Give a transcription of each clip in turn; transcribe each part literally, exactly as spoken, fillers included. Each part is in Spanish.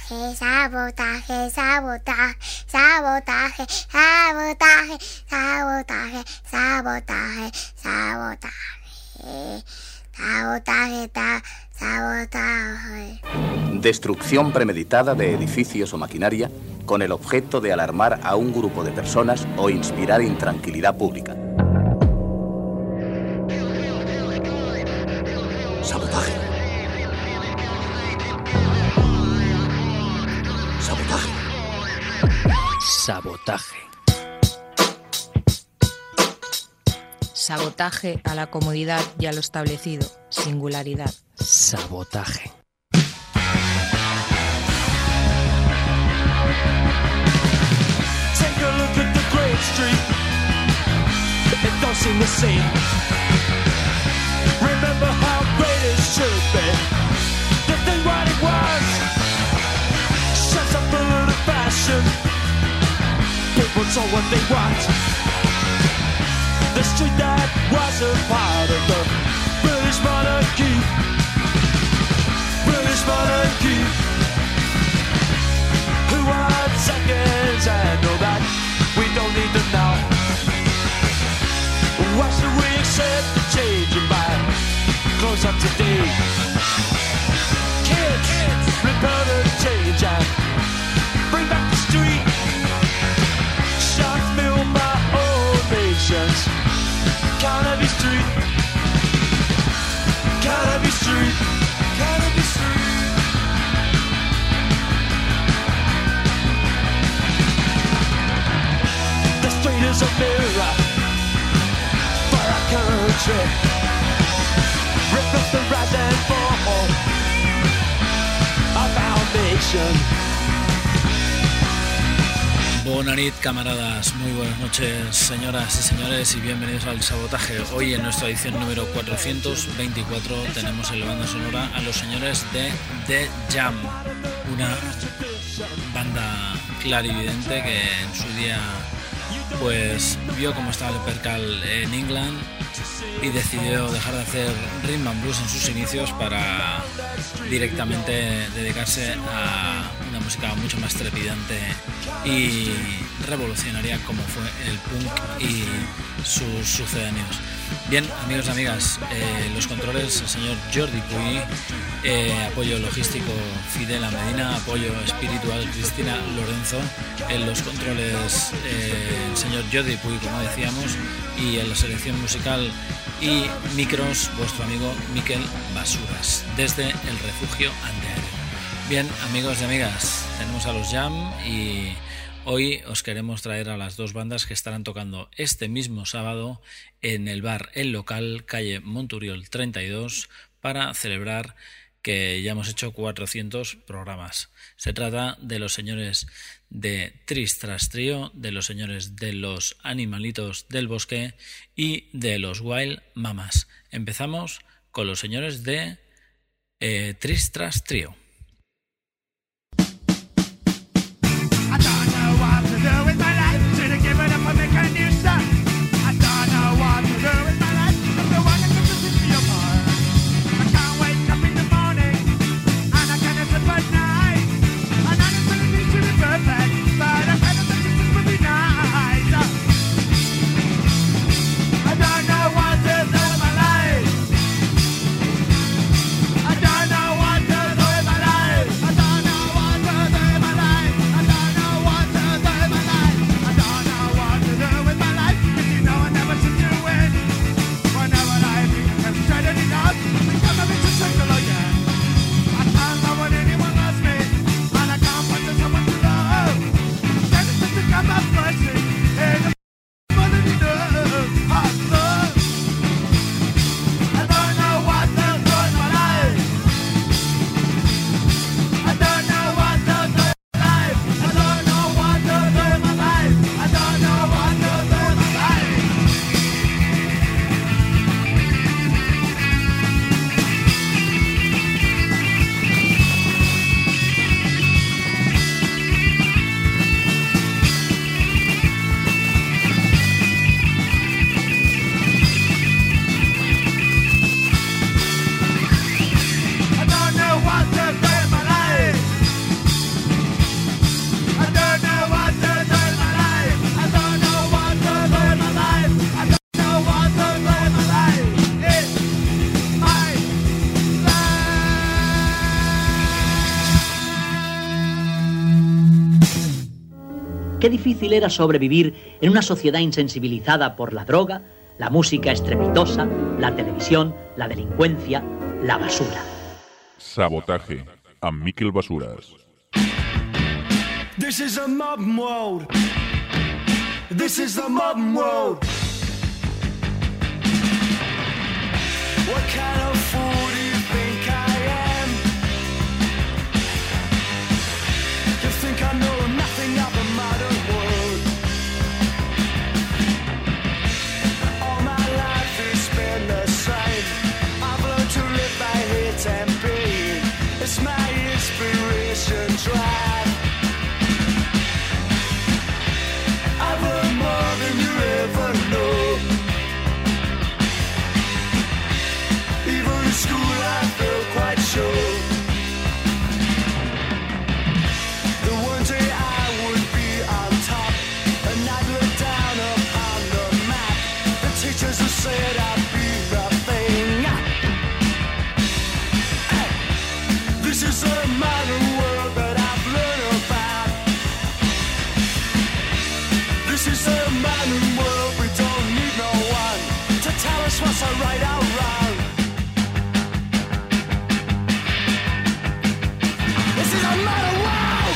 Sabotaje, sabotaje, sabotaje, sabotaje, sabotaje, sabotaje, sabotaje, sabotaje, sabotaje, ta, sabotaje. Destrucción premeditada de edificios o maquinaria con el objeto de alarmar a un grupo de personas o inspirar intranquilidad pública. Sabotaje. Sabotaje. Sabotaje. Sabotaje a la comodidad y a lo establecido. Singularidad. Sabotaje. Take a look at the great street. It don't seem the same. Remember how great it should be. The thing what it was. Shuts up a little fashion. People know what they want. The street that was a part of the British monarchy. British monarchy. Who want seconds and all that? We don't need them now. Why should we accept the change and buy clothes up today? Kids, repair the change and bring back the street. Sharks mill my old nations. Carnaby Street. Carnaby Street. Carnaby Street. The street is a mirror for our country. Reflect the rise and fall of our nation. Buenas noches, camaradas, muy buenas noches, señoras y señores, y bienvenidos al Sabotaje. Hoy en nuestra edición número cuatrocientos veinticuatro tenemos en la banda sonora a los señores de The Jam, una banda clarividente que en su día pues vio cómo estaba el percal en England y decidió dejar de hacer rhythm and blues en sus inicios para directamente dedicarse a una música mucho más trepidante y revolucionaria como fue el punk y sus sucedáneos. Bien, amigos y amigas, eh, los controles el señor Jordi Puy, eh, apoyo logístico Fidel Medina, apoyo espiritual Cristina Lorenzo, en los controles eh, el señor Jordi Puy, como decíamos, y en la selección musical y micros vuestro amigo Miquel Basuras, desde el refugio antiaéreo. Bien, amigos y amigas, tenemos a los Jam y hoy os queremos traer a las dos bandas que estarán tocando este mismo sábado en el bar El Local, calle Monturiol treinta y dos, para celebrar que ya hemos hecho cuatrocientos programas. Se trata de los señores de Tristras Trio, de los señores de los Animalitos del Bosque y de los Wild Mamas. Empezamos con los señores de eh, Tristras Trio. I don't know what to do with my life. qué difícil era sobrevivir en una sociedad insensibilizada por la droga, la música estrepitosa, la televisión, la delincuencia, la basura. Sabotaje, amb Miquel Basures. This is a modern world. This is the modern world. What kind of fool do you think I am? You think I know nothing of the modern world? All my life has been the same. I've learned to live by hate and pain. It's my inspiration drive. I've learned more than you ever know. Even in school I felt quite sure. The one day I would be on top, and I'd look down upon the map. The teachers who said I'd be nothing. Hey, this is a modern world that I've learned about. This is a modern world, we don't need no one to tell us what's a right or wrong. This is a modern world.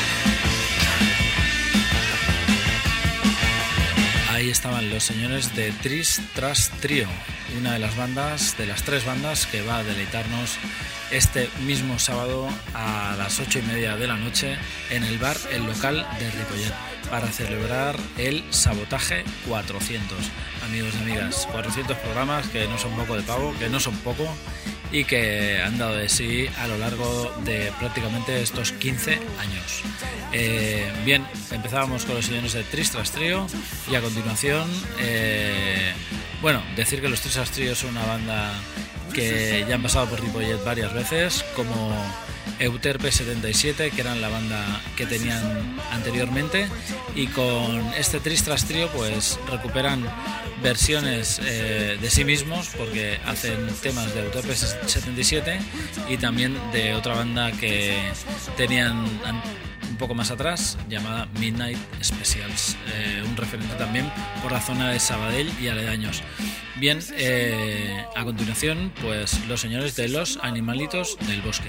Ahí estaban los señores de Tris Tras Trio, una de las bandas, de las tres bandas que va a deleitarnos este mismo sábado a las ocho y media de la noche en el bar El Local de Ripollet, para celebrar el Sabotaje cuatrocientos. Amigos y amigas, cuatrocientos programas que no son poco de pavo, que no son poco y que han dado de sí a lo largo de prácticamente estos quince años. Eh, bien, empezábamos con los señores de Tris Tras Trio y a continuación, eh, bueno, decir que los Tris Tras Trio son una banda que ya han pasado por Ripollet varias veces, como Euterpe setenta y siete, que eran la banda que tenían anteriormente, y con este Tris Tras Trio pues recuperan versiones eh, de sí mismos, porque hacen temas de Euterpe setenta y siete y también de otra banda que tenían un poco más atrás, llamada Midnight Specials, eh, un referente también por la zona de Sabadell y aledaños. Bien, eh, a continuación pues los señores de Los Animalitos del Bosque.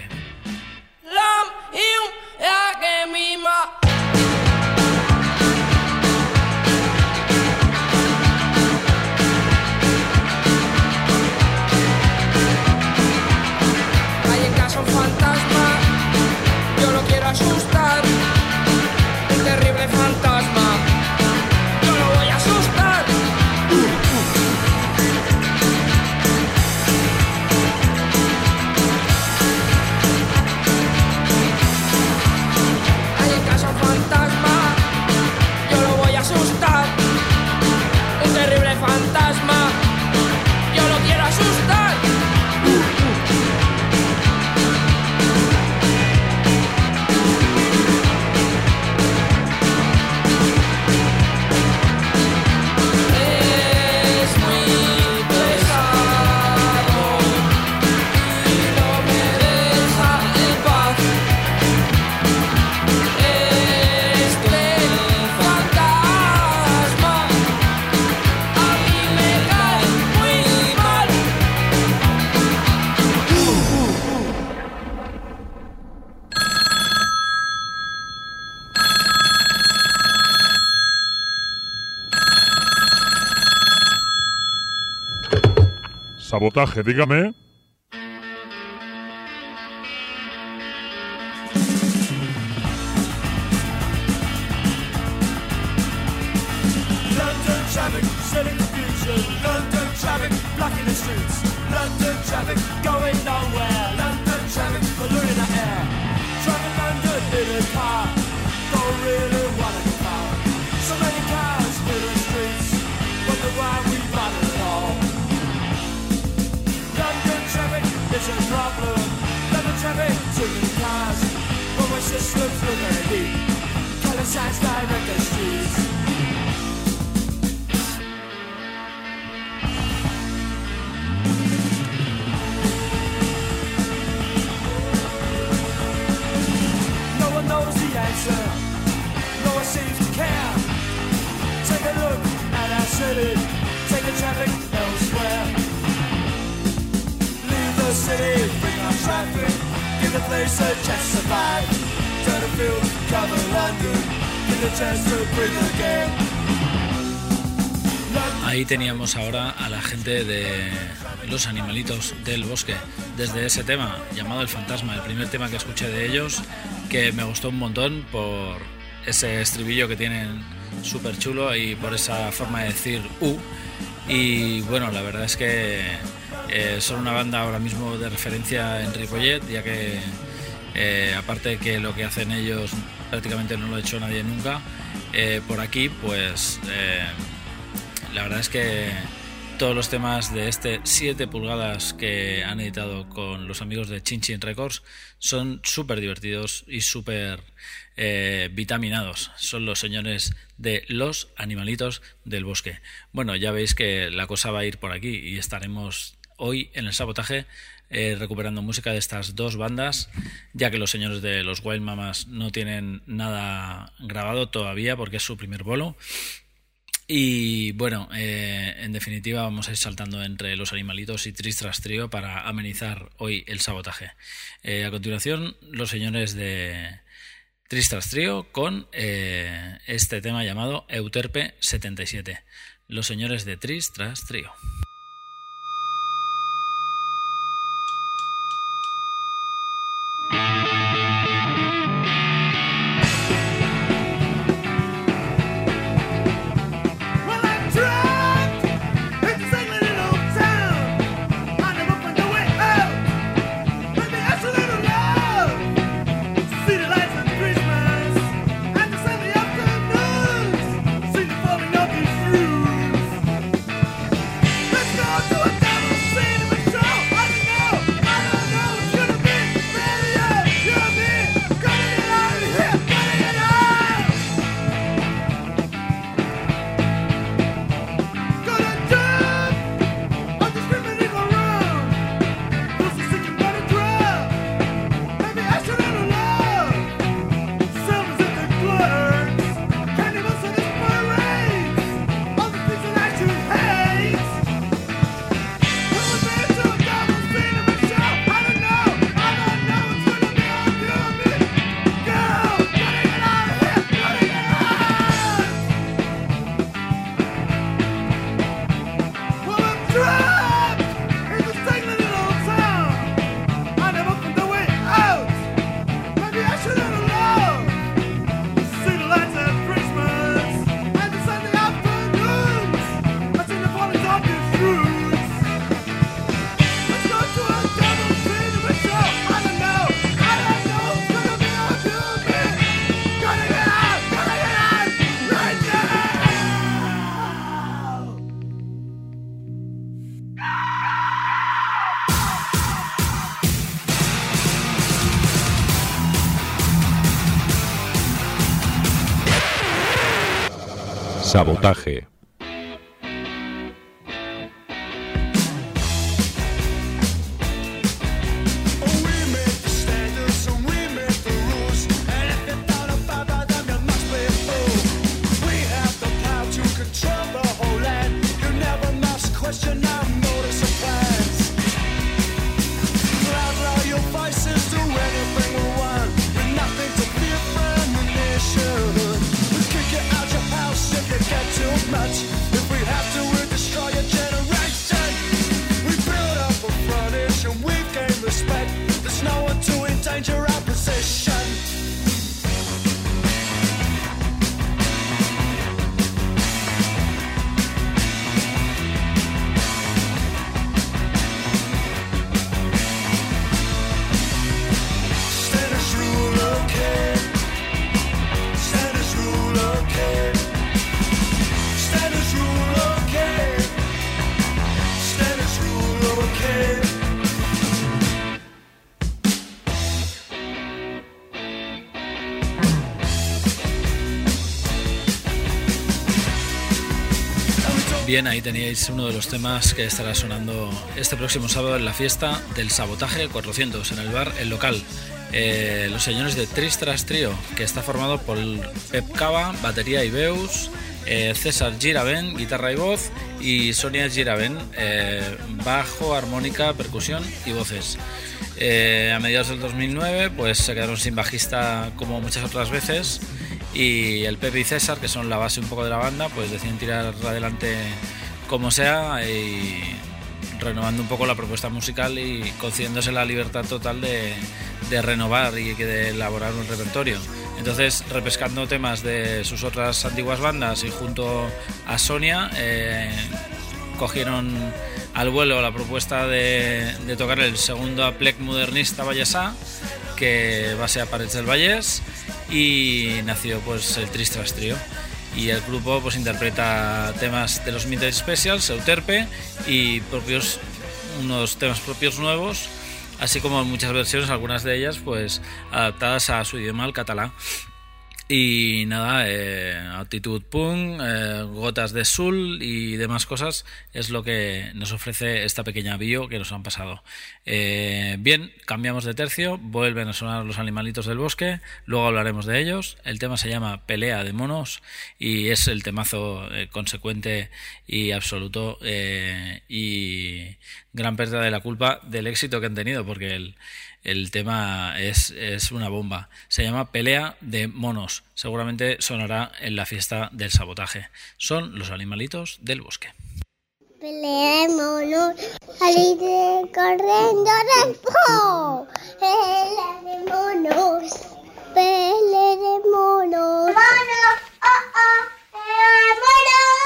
Hay en casa un fantasma, yo lo quiero asustar, un terrible fantasma, yo lo voy a asustar. Hay en casa un fantasma, yo lo voy a asustar, un terrible fantasma, yo lo quiero asustar. Sabotaje, dígame. London traffic, selling confusion. London traffic, blocking the streets. London traffic, going nowhere. London traffic, polluting the air. Driving London in a car, don't really want a car. So many cars in the streets, wonder why we bother at all. London traffic is a problem. London traffic, too many cars. But my systems look very neat. Color signs direct the streets. No one knows the answer. No one seems to care. city, bring on traffic, give the place a chance to survive. Turn a field, cover London, give the chance to breathe again. Ahí teníamos ahora a la gente de Los Animalitos del Bosque, desde ese tema llamado El Fantasma, el primer tema que escuché de ellos, que me gustó un montón por ese estribillo que tienen súper chulo y por esa forma de decir U. Y bueno, la verdad es que eh, son una banda ahora mismo de referencia en Ripollet, ya que eh, aparte de que lo que hacen ellos prácticamente no lo ha hecho nadie nunca, eh, por aquí pues eh, la verdad es que todos los temas de este siete pulgadas que han editado con los amigos de Chin Chin Records son súper divertidos y súper eh, vitaminados. Son los señores de Los Animalitos del Bosque. Bueno, ya veis que la cosa va a ir por aquí y estaremos hoy en el Sabotaje eh, recuperando música de estas dos bandas, ya que los señores de los Wild Mamas no tienen nada grabado todavía porque es su primer bolo. Y bueno, eh, en definitiva vamos a ir saltando entre Los Animalitos y Tristras Trio para amenizar hoy el Sabotaje. Eh, a continuación, los señores de Tristras Trio con eh, este tema llamado Euterpe setenta y siete. Los señores de Tristras Trio. Sabotaje. Bien, ahí teníais uno de los temas que estará sonando este próximo sábado en la fiesta del Sabotaje cuatrocientos en el bar El Local. Eh, los señores de Tristras Trio, que está formado por Pep Cava, batería y Beus, eh, César Giravent, guitarra y voz, y Sonia Giravent, eh, bajo, armónica, percusión y voces. Eh, a mediados del dos mil nueve pues se quedaron sin bajista como muchas otras veces, y el Pepe y César, que son la base un poco de la banda, pues deciden tirar adelante como sea, y renovando un poco la propuesta musical y concediéndose la libertad total de, de renovar y de elaborar un repertorio. Entonces, repescando temas de sus otras antiguas bandas y junto a Sonia, eh, cogieron al vuelo la propuesta de, de tocar el segundo aplec modernista vallesà, que va a ser a Parets del Vallès, y nació pues el Tristras Trio. Y el grupo pues interpreta temas de los Midnight Specials, Euterpe, y propios, unos temas propios nuevos, así como muchas versiones, algunas de ellas pues adaptadas a su idioma, al catalán. Y nada, eh, actitud punk, eh, gotas de sul y demás cosas es lo que nos ofrece esta pequeña bio que nos han pasado. Eh, bien, cambiamos de tercio, vuelven a sonar Los Animalitos del Bosque, luego hablaremos de ellos. El tema se llama Pelea de Monos y es el temazo eh, consecuente y absoluto, eh, y gran pérdida de la culpa del éxito que han tenido, porque el El tema es, es una bomba. Se llama Pelea de Monos. Seguramente sonará en la fiesta del sabotaje. Son Los Animalitos del Bosque. Pelea de monos, salite corriendo del po. Pelea de monos, pelea de monos. Monos, oh, oh, pelea de monos.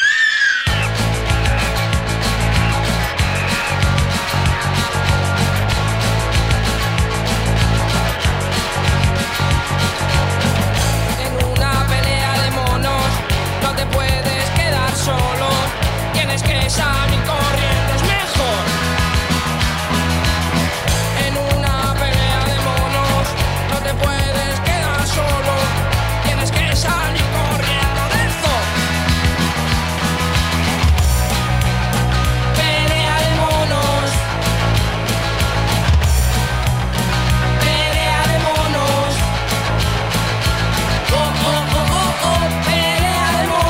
Puedes quedar solo, tienes que salir corriendo, es mejor. En una pelea de monos no te puedes quedar solo, tienes que salir corriendo, denso. Pelea de monos, pelea de monos, oh, oh, oh, oh, oh, pelea de monos.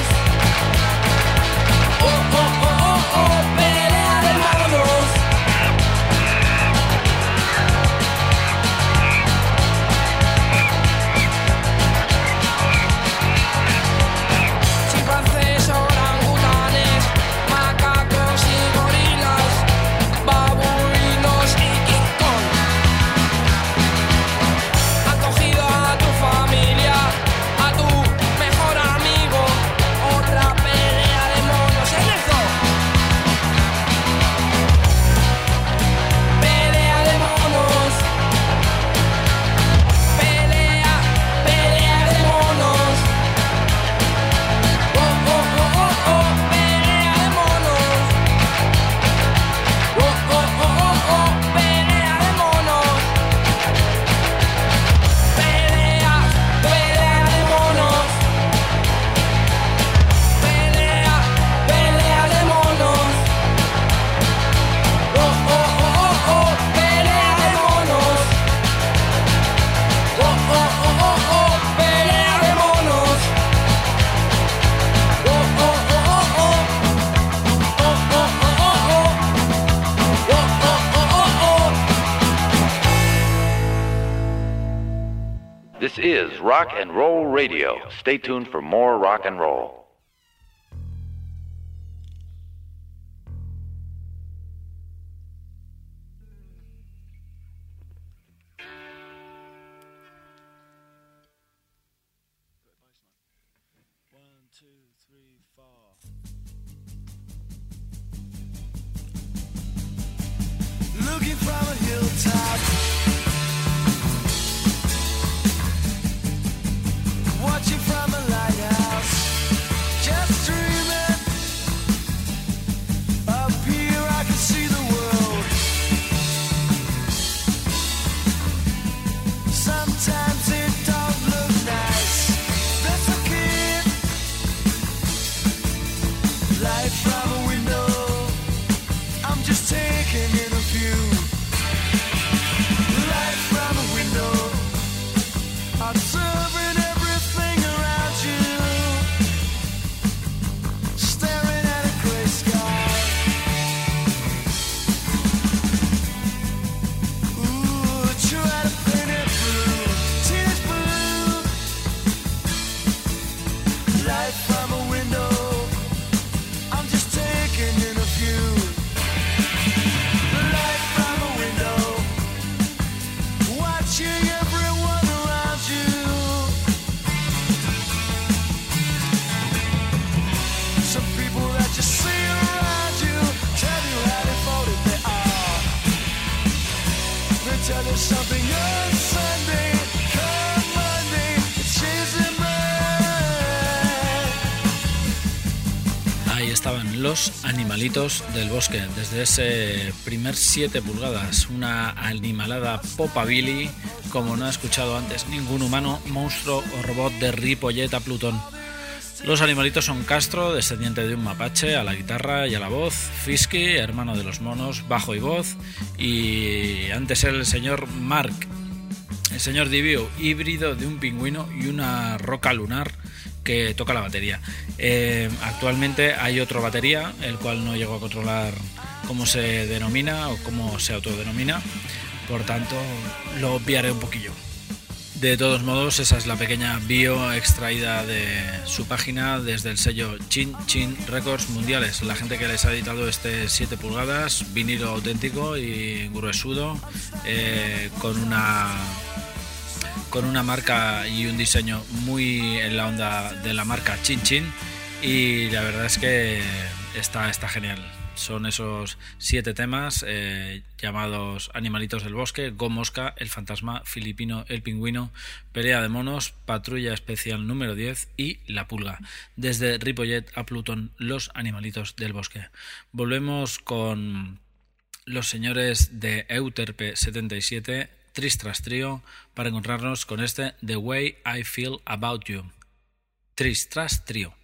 This is Rock and Roll Radio. Stay tuned for more rock and roll. Looking from a hilltop, watching from a lighthouse, just dreaming. Up here I can see the world. Sometimes it don't look nice. That's a kid. Light from a window, I'm just taking in a view. Light from a window, observing everything around you. Estaban Los Animalitos del Bosque, desde ese primer siete pulgadas, una animalada popabilly como no ha escuchado antes ningún humano, monstruo o robot de Ripollet a Plutón. Los Animalitos son Castro, descendiente de un mapache, a la guitarra y a la voz, Fisky, hermano de los monos, bajo y voz, y antes el señor Mark, el señor Divio, híbrido de un pingüino y una roca lunar que toca la batería. Eh, actualmente hay otro batería, el cual no llego a controlar cómo se denomina o cómo se autodenomina, por tanto lo obviaré un poquillo. De todos modos, esa es la pequeña bio extraída de su página desde el sello Chin Chin Records Mundiales, la gente que les ha editado este siete pulgadas, vinilo auténtico y gruesudo, eh, con una con una marca y un diseño muy en la onda de la marca Chin Chin, y la verdad es que está, está genial. Son esos siete temas eh, llamados Animalitos del Bosque, Go Mosca, El Fantasma, Filipino, El Pingüino, Pelea de Monos, Patrulla Especial número diez y La Pulga. Desde Ripollet a Plutón, Los Animalitos del Bosque. Volvemos con los señores de Euterpe setenta y siete, Tristras Trio, para encontrarnos con este The Way I Feel About You. Tristras Trio.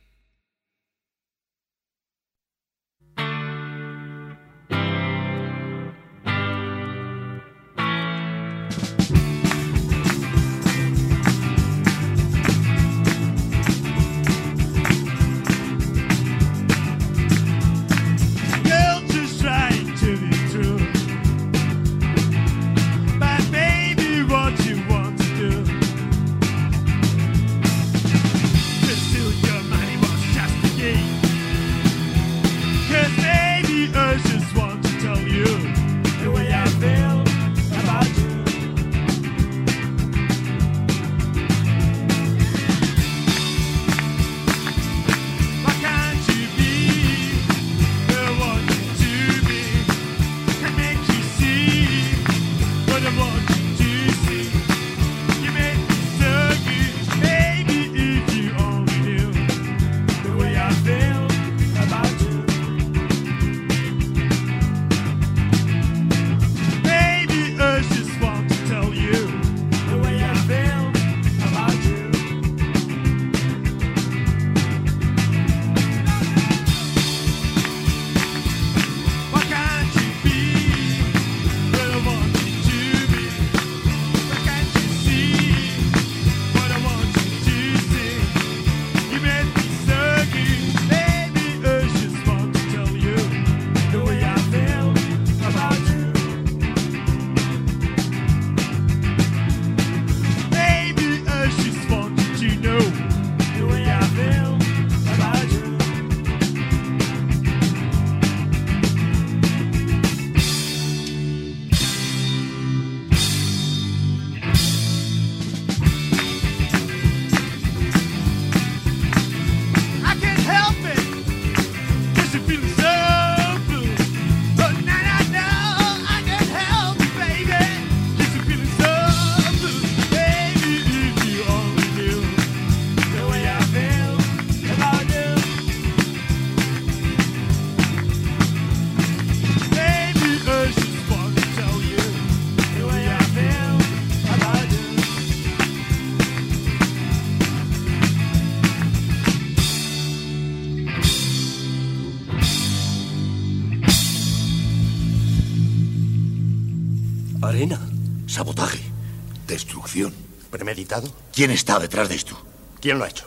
Arena. Sabotaje. Destrucción. ¿Premeditado? ¿Quién está detrás de esto? ¿Quién lo ha hecho?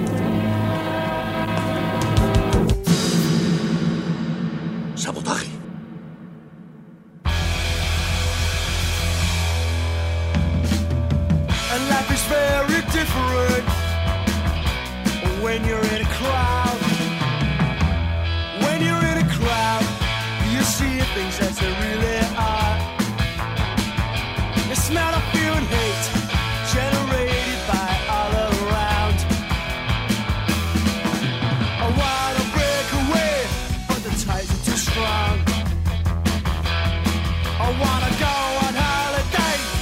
Sabotaje. And life is very different when you're in a crowd. When you're in a crowd, you see things as they really are. The smell of fear and hate generated by all around. I wanna break away, but the ties are too strong. I wanna go on holiday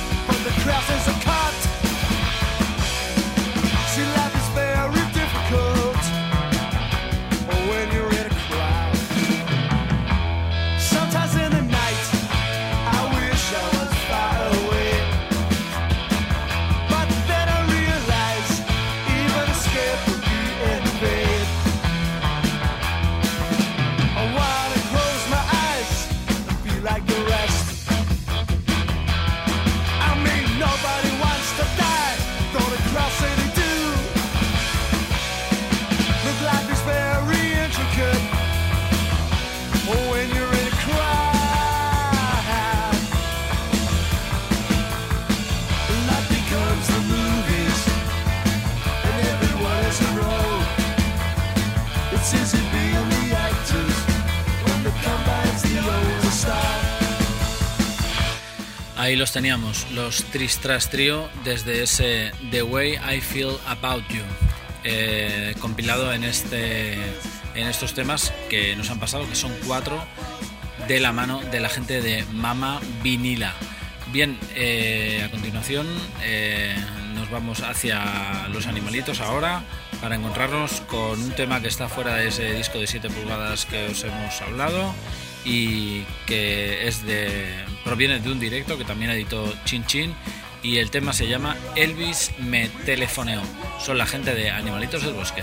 Ahí los teníamos, los Tristras Trio, desde ese The Way I Feel About You, eh, compilado en, este, en estos temas que nos han pasado, que son cuatro, de la mano de la gente de Mama Vinila. Bien, eh, a continuación eh, nos vamos hacia Los Animalitos ahora, para encontrarnos con un tema que está fuera de ese disco de siete pulgadas que os hemos hablado y que es de proviene de un directo que también editó Chin Chin, y el tema se llama Elvis me telefoneó. Son la gente de Animalitos del Bosque.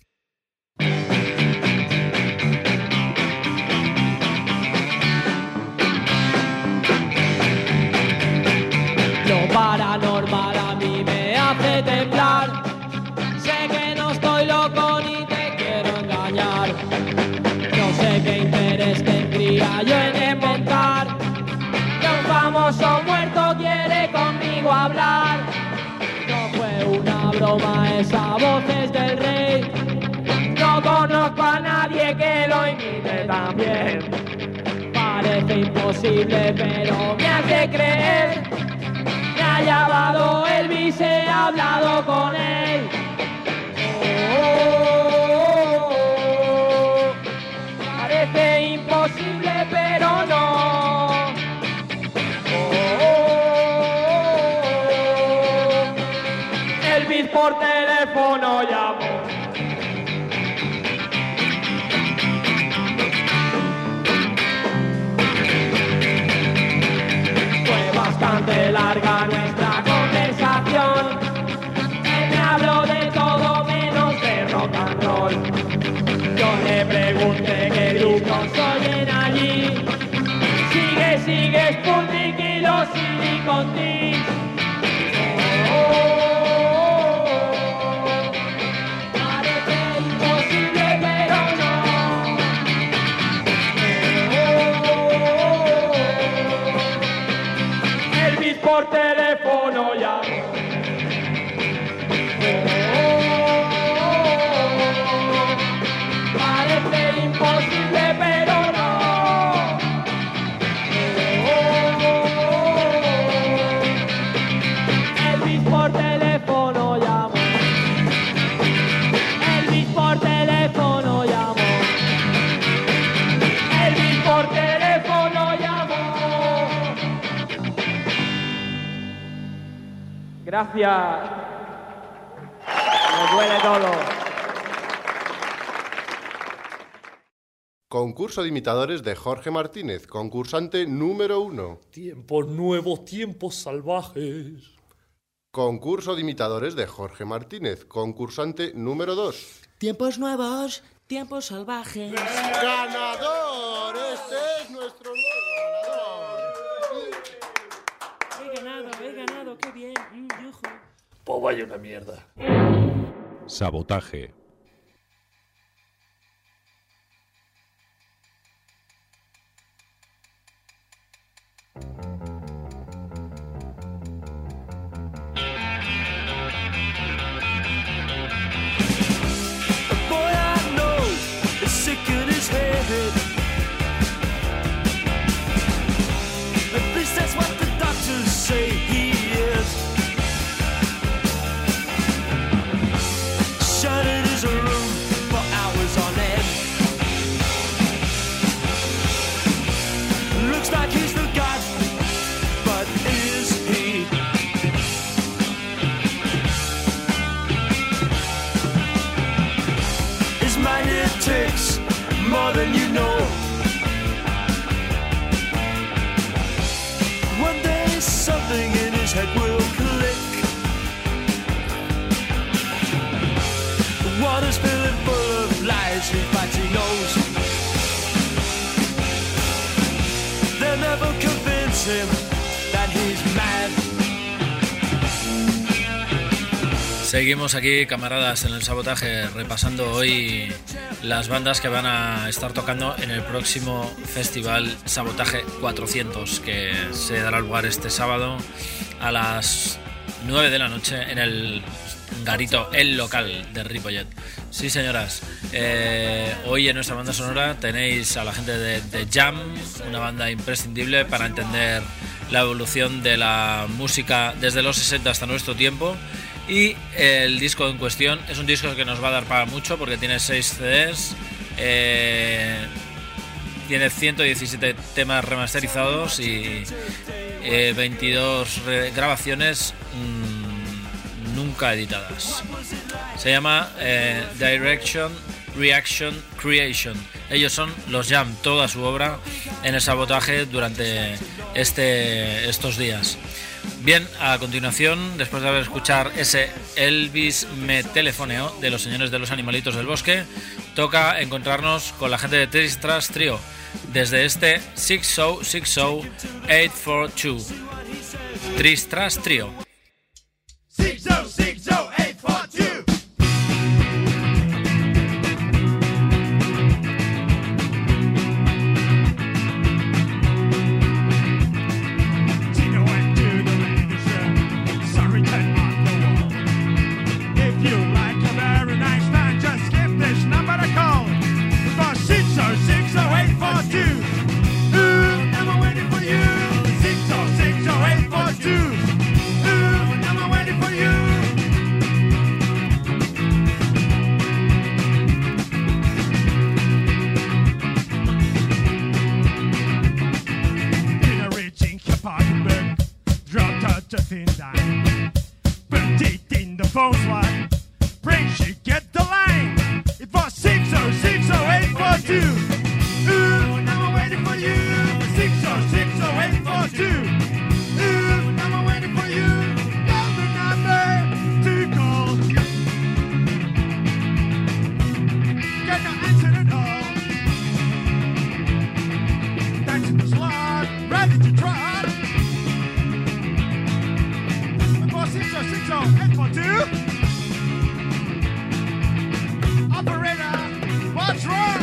Lo paranormal a mí me hace temblar. Sé que no estoy loco ni te quiero engañar. No sé qué interés tendría yo en inventar que un famoso muerto quiere conmigo hablar. No fue una broma, esa voz es del rey. No conozco a nadie que lo imite también. Parece imposible, pero me hace creer. Me ha llamado Elvis, he hablado con él. Oh, oh, oh. Parece imposible, pero no. Oh, oh, oh. Elvis por teléfono llamó. Bastante larga nuestra conversación. Él me habló de todo menos de rock and roll. Yo le pregunté qué grupos oyen allí. Sigue, sigue Sputnik y los Silicon Teens. Oh, oh, oh. Parece imposible, pero no. Por teléfono ya. Oh, parece imposible, pero no. Oh, Elvis por teléfono llamó. Elvis por teléfono llamó. Elvis por teléfono llamó. Gracias. Me duele todo. Concurso de imitadores de Jorge Martínez, concursante número uno. Tiempos nuevos, tiempos salvajes. Concurso de imitadores de Jorge Martínez, concursante número dos. Tiempos nuevos, tiempos salvajes. ¡Ganador! Este es nuestro nuevo ganador. He ganado, he ganado, qué bien. Mm, yujo. Pues vaya una mierda. Sabotaje. More than you know. One day something in his head will click. The water's filling full of lies, but he knows they'll never convince him that he's mad. Seguimos aquí, camaradas, en el Sabotaje, repasando hoy las bandas que van a estar tocando en el próximo festival Sabotaje cuatrocientos, que se dará lugar este sábado a las nueve de la noche en el garito El Local de Ripollet. Sí, señoras, eh, hoy en nuestra banda sonora tenéis a la gente de The Jam, una banda imprescindible para entender la evolución de la música desde los sesenta hasta nuestro tiempo. Y el disco en cuestión es un disco que nos va a dar para mucho porque tiene seis C Ds, eh, tiene ciento diecisiete temas remasterizados y eh, veintidós grabaciones mmm, nunca editadas. Se llama eh, Direction, Reaction, Creation. Ellos son los Jam, toda su obra en el Sabotaje durante este, estos días. Bien, a continuación, después de haber escuchado ese Elvis me telefoneó de los señores de los Animalitos del Bosque, toca encontrarnos con la gente de Tris Tras Trio desde este six zero six zero eight four two. Tris Tras Trio. six zero six zero eight four two. Thin line, but deep in the phone line, bring she get the line. It was six oh six oh eight four two. Ooh, now I'm waiting for you. Six oh six oh eight four two. Ooh, now I'm waiting for you. Dial the number to call. Get no answer at all. That's in the slot, ready to try. six oh six oh eight four two. Operator, what's wrong?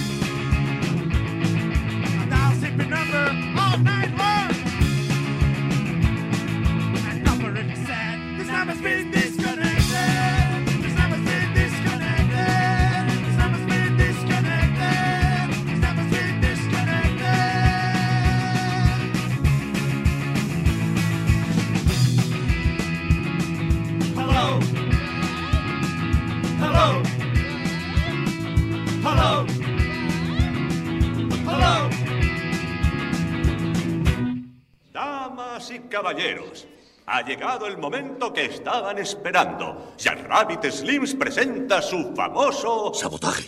I dial secret number all night long. And number it said, this number's been disconnected. This number's been disconnected. This number's been disconnected. This number's been disconnected. Hello. Hello. Hello. Hello. Damas y caballeros, ha llegado el momento que estaban esperando. Jackrabbit Slims presenta su famoso Sabotaje.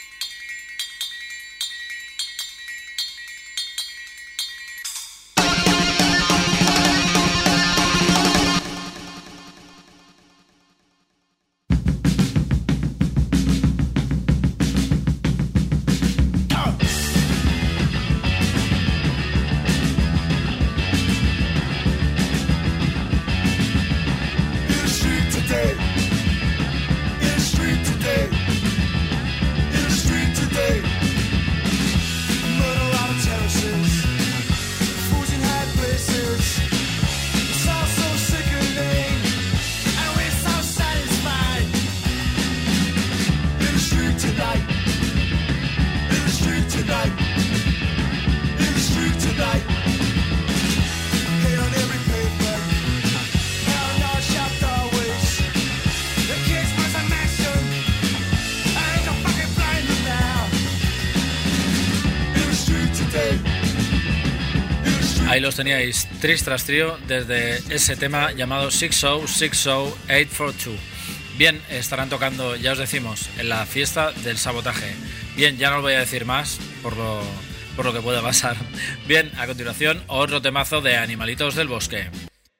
Ahí los teníais, Tris Tras Trio, desde ese tema llamado six zero six zero eight four two. Bien, estarán tocando, ya os decimos, en la fiesta del Sabotaje. Bien, ya no os voy a decir más por lo, por lo que puede pasar. Bien, a continuación, otro temazo de Animalitos del Bosque.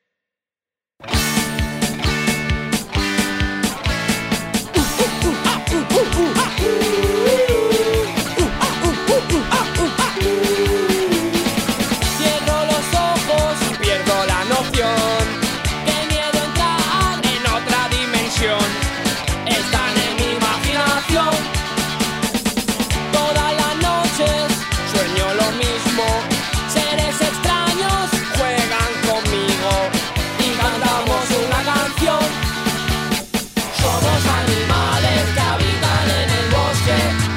Seres extraños juegan conmigo y cantamos una canción. Somos animales que habitan en el bosque.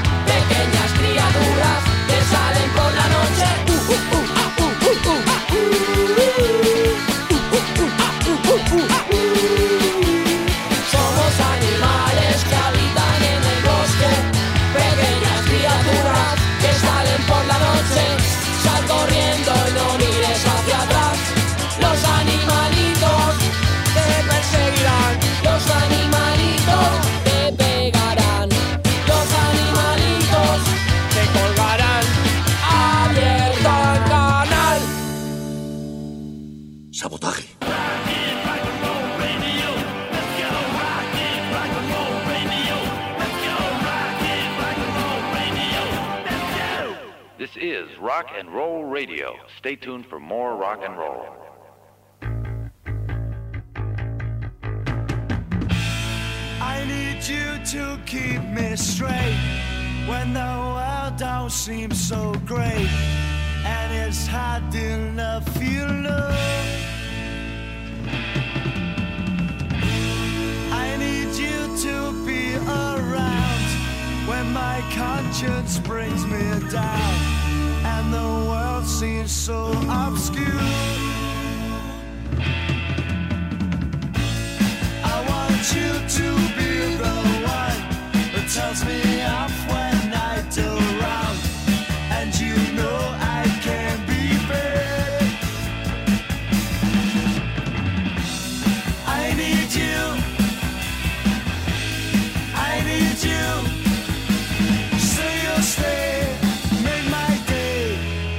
Sabotaje. This is Rock and Roll Radio. Stay tuned for more rock and roll. I need you to keep me straight when the world don't seem so great, and it's hard enough, you know. I need you to be around when my conscience brings me down and the world seems so obscure. I want you to be the one that tells me off when I do wrong, and you know I can be bad. I need you, I need you, say you'll stay, make my day.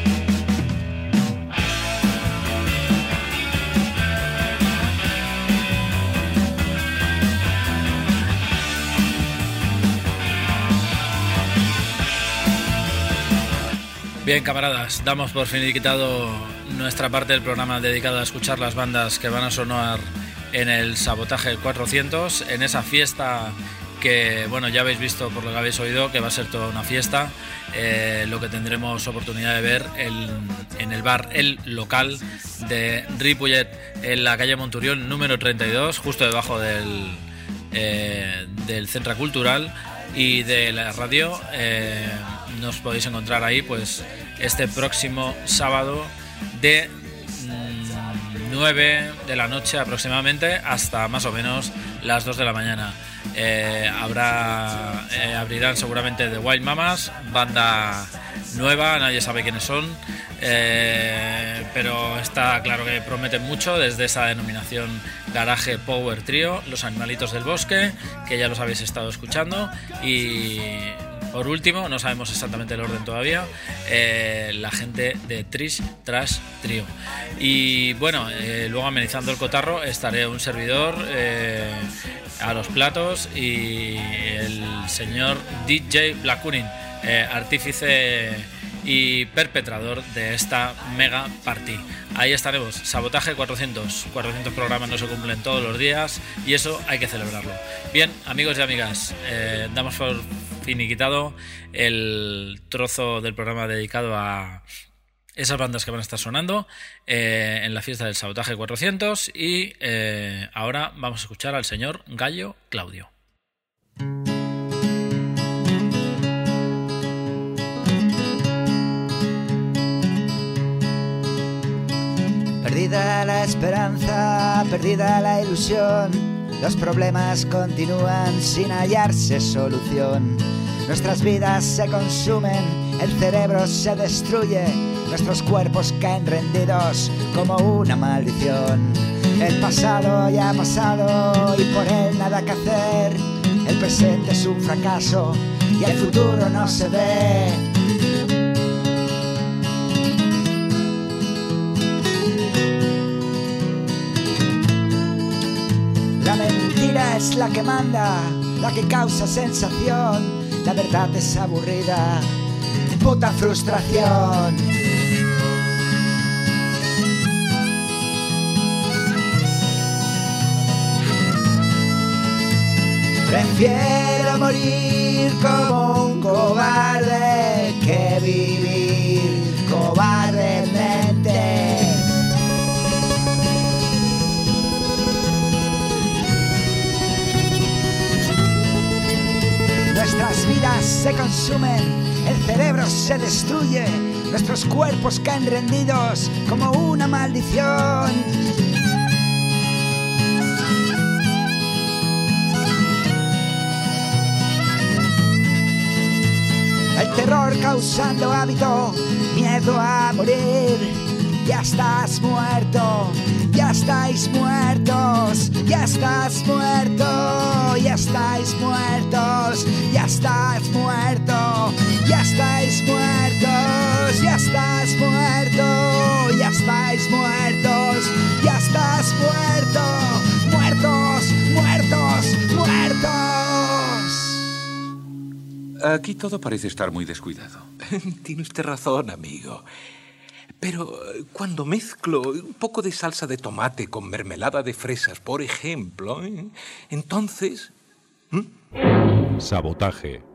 Bien, camaradas, damos por finiquitado nuestra parte del programa dedicado a escuchar las bandas que van a sonar en el Sabotaje cuatrocientos, en esa fiesta que, bueno, ya habéis visto por lo que habéis oído, que va a ser toda una fiesta, eh, lo que tendremos oportunidad de ver el, en el bar El Local de Ripollet, en la calle Monturiol número treinta y dos, justo debajo del, eh, del Centro Cultural y de la radio. eh, Nos podéis encontrar ahí pues este próximo sábado de nueve de la noche aproximadamente hasta más o menos las dos de la mañana. Eh, habrá eh, abrirán seguramente The Wild Mamas, banda nueva, nadie sabe quiénes son, eh, pero está claro que prometen mucho desde esa denominación Garage Power Trio, Los Animalitos del Bosque, que ya los habéis estado escuchando, y por último, no sabemos exactamente el orden todavía, eh, la gente de Trish Trash Trio. Y bueno, eh, luego amenizando el cotarro estaré un servidor eh, a los platos y el señor D J Blackunin, eh, artífice y perpetrador de esta mega party. Ahí estaremos, Sabotaje cuatrocientos. cuatrocientos programas no se cumplen todos los días y eso hay que celebrarlo. Bien, amigos y amigas, eh, damos por finiquitado el trozo del programa dedicado a esas bandas que van a estar sonando eh, en la fiesta del Sabotaje cuatrocientos y eh, ahora vamos a escuchar al señor Gallo Claudio. Perdida la esperanza, perdida la ilusión, los problemas continúan sin hallarse solución. Nuestras vidas se consumen, el cerebro se destruye, nuestros cuerpos caen rendidos como una maldición. El pasado ya ha pasado y por él nada que hacer, el presente es un fracaso y el futuro no se ve. La mentira es la que manda, la que causa sensación. La verdad es aburrida, puta frustración. Prefiero morir como un cobarde que vivir cobardemente. Nuestras vidas se consumen, el cerebro se destruye, nuestros cuerpos caen rendidos como una maldición. El terror causando hábito, miedo a morir. Ya estás muerto, ya estáis muertos, ya estás muerto, ya estáis muertos, ya estás muerto, ya estáis muertos, ya estás muerto, ya estáis muertos, ya Aquí todo parece estar muy descuidado. Tiene usted razón, amigo. Pero cuando mezclo un poco de salsa de tomate con mermelada de fresas, por ejemplo, ¿eh? entonces... ¿Mm? Sabotaje.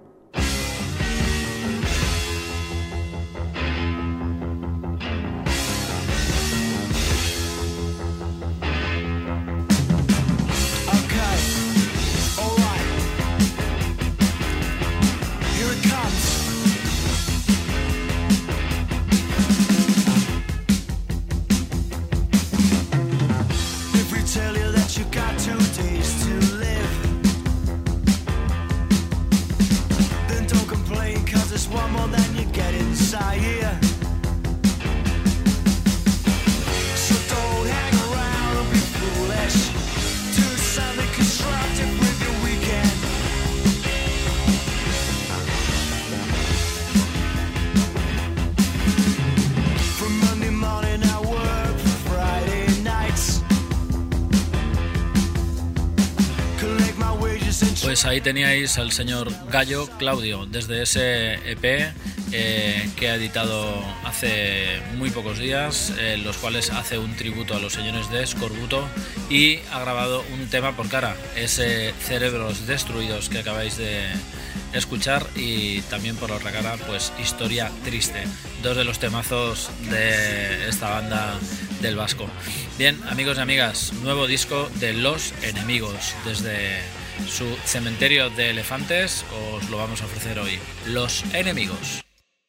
Pues ahí teníais al señor Gallo Claudio, desde ese E P eh, que ha editado hace muy pocos días, en eh, los cuales hace un tributo a los señores de Escorbuto y ha grabado un tema por cara, ese Cerebros Destruidos que acabáis de escuchar, y también por otra cara, pues Historia Triste, dos de los temazos de esta banda del Vasco. Bien, amigos y amigas, nuevo disco de Los Enemigos, desde su Cementerio de Elefantes, os lo vamos a ofrecer hoy, Los Enemigos.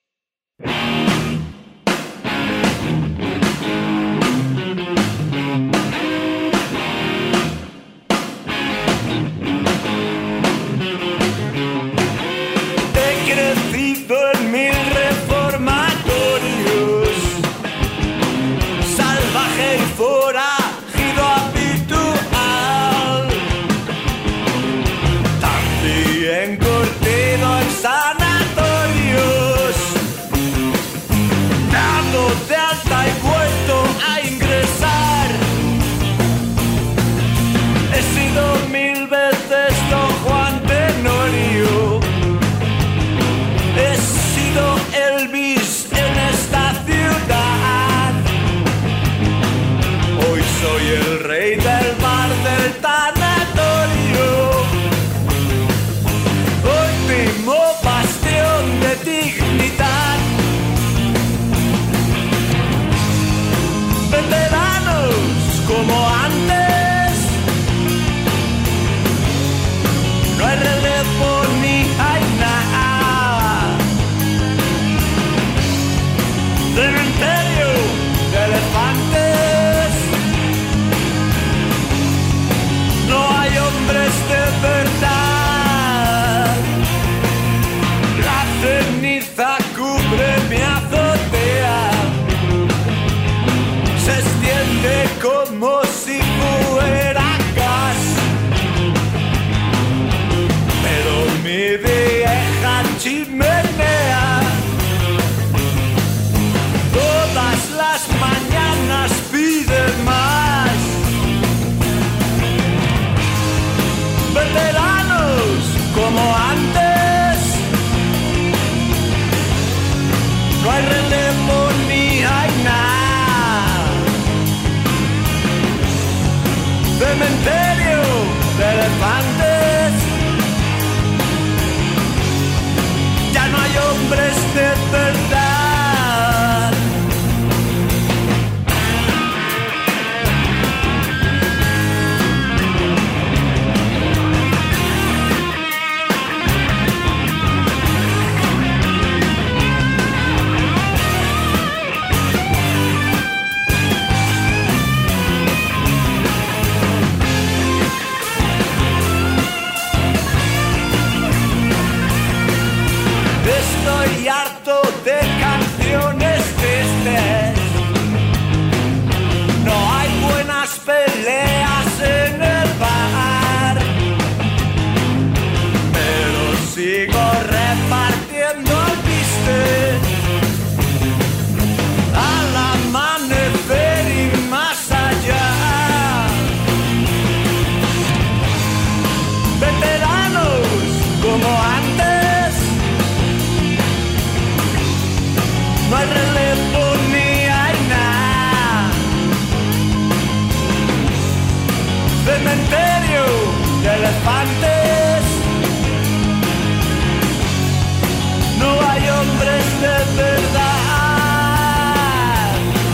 He crecido en mil reformatorios, salvaje y forajido habitual, también curtido en sanatorios, dado de alta y vuelto a ingresar. He sido mil veces Don Juan Tenorio, he sido Elvis en esta ciudad. Hoy soy el rey del bar del tanatorio, último bastión de dignidad. Veteranos como antes, no hay relevo ni hay nada. Cementerio de elefantes, no hay hombres de verdad. La ceniza cubre mi azotea, se extiende como si fuera gas. Pero mi vieja chimenea todas las mañanas pide más. Veteranos como antes, no hay relevo ni hay nada. Cementerio de elefantes, ya no hay hombres de verdad. Estoy elefantes. No hay hombres de verdad,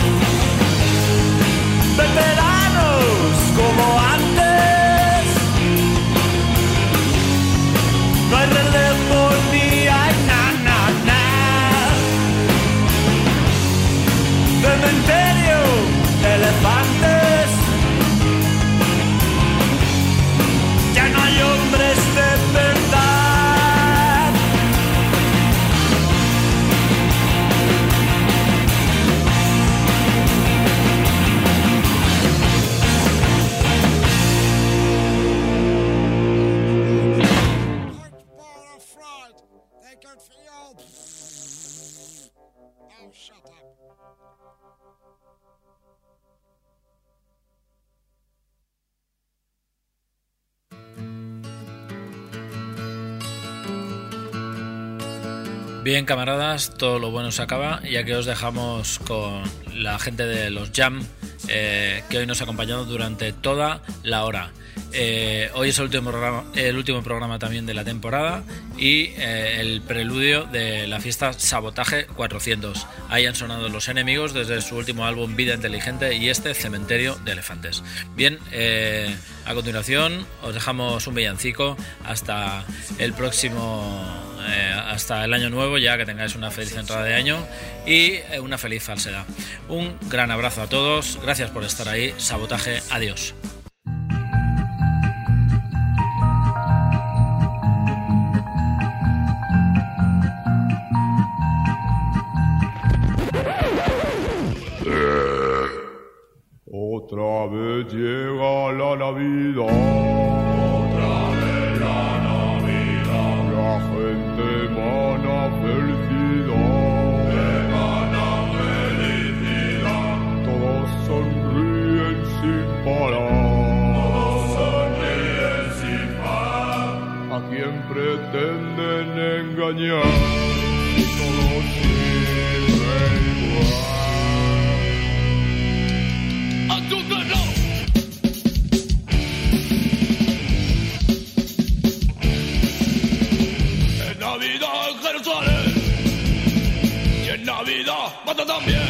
veteranos como antes. No hay relevo ni hay na na na. Cementerio de elefantes. Ya no hay hombres de verdad. Bien, camaradas, todo lo bueno se acaba, ya que os dejamos con la gente de los Jam, eh, que hoy nos ha acompañado durante toda la hora. Eh, hoy es el último programa, el último programa también de la temporada y eh, el preludio de la fiesta Sabotaje cuatrocientos. Ahí han sonado Los Enemigos desde su último álbum Vida Inteligente y este Cementerio de Elefantes. Bien, eh, a continuación os dejamos un villancico hasta el próximo, eh, hasta el año nuevo, ya que tengáis una feliz entrada de año y eh, una feliz falsedad. Un gran abrazo a todos, gracias por estar ahí. Sabotaje, adiós. Otra vez llega la Navidad. Otra vez la Navidad. La gente emana felicidad. Emana felicidad. Todos sonríen sin parar. Todos sonríen sin parar. A quien pretenden engañar. Todos sirven igual. Navidad mata también.